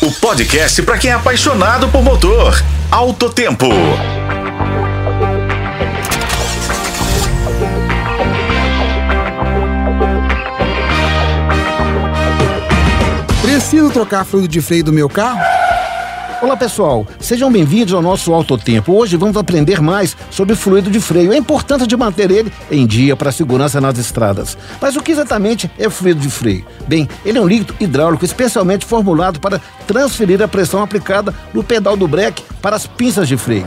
O podcast para quem é apaixonado por motor. Alto Tempo. Preciso trocar fluido de freio do meu carro? Olá pessoal, sejam bem-vindos ao nosso Alto Tempo. Hoje vamos aprender mais sobre fluido de freio, a importância de manter ele em dia para a segurança nas estradas. Mas o que exatamente é fluido de freio? Bem, ele é um líquido hidráulico especialmente formulado para transferir a pressão aplicada no pedal do breque para as pinças de freio.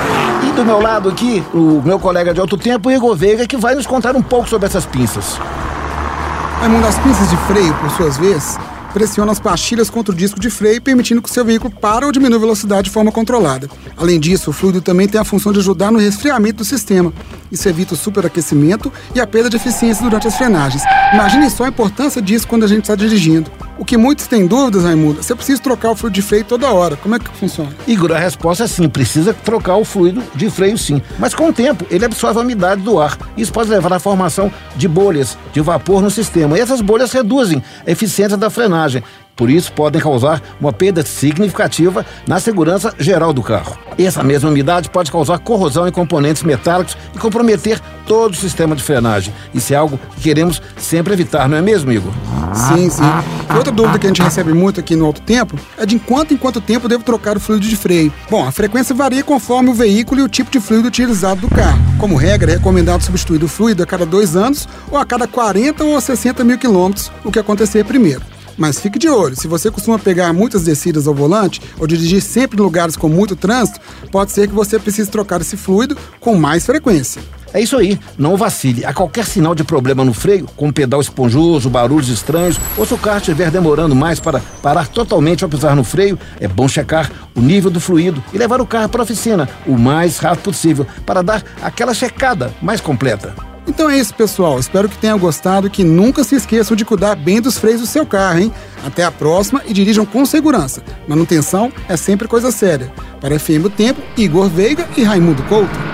E do meu lado aqui, o meu colega de Alto Tempo, Igor Veiga, que vai nos contar um pouco sobre essas pinças. Raimundo, as pinças de freio, por suas vezes, pressiona as pastilhas contra o disco de freio, permitindo que o seu veículo pare ou diminua a velocidade de forma controlada. Além disso, o fluido também tem a função de ajudar no resfriamento do sistema. Isso evita o superaquecimento e a perda de eficiência durante as frenagens. Imagine só a importância disso quando a gente está dirigindo. O que muitos têm dúvidas, Raimundo, você precisa trocar o fluido de freio toda hora. Como é que funciona? Igor, a resposta é sim, precisa trocar o fluido de freio sim. Mas com o tempo, ele absorve a umidade do ar. Isso pode levar à formação de bolhas de vapor no sistema. E essas bolhas reduzem a eficiência da frenagem. Por isso, podem causar uma perda significativa na segurança geral do carro. Essa mesma umidade pode causar corrosão em componentes metálicos e comprometer todo o sistema de frenagem. Isso é algo que queremos sempre evitar, não é mesmo, Igor? Sim. E outra dúvida que a gente recebe muito aqui no Alto Tempo é de quanto em quanto tempo devo trocar o fluido de freio. Bom, a frequência varia conforme o veículo e o tipo de fluido utilizado do carro. Como regra, é recomendado substituir o fluido a cada 2 anos ou a cada 40 ou 60 mil quilômetros, o que acontecer primeiro. Mas fique de olho, se você costuma pegar muitas descidas ao volante ou dirigir sempre em lugares com muito trânsito, pode ser que você precise trocar esse fluido com mais frequência. É isso aí, não vacile. A qualquer sinal de problema no freio, como pedal esponjoso, barulhos estranhos, ou se o carro estiver demorando mais para parar totalmente ao pisar no freio, é bom checar o nível do fluido e levar o carro para a oficina o mais rápido possível para dar aquela checada mais completa. Então é isso, pessoal. Espero que tenham gostado e que nunca se esqueçam de cuidar bem dos freios do seu carro, hein? Até a próxima e dirijam com segurança. Manutenção é sempre coisa séria. Para FM O Tempo, Igor Veiga e Raimundo Couto.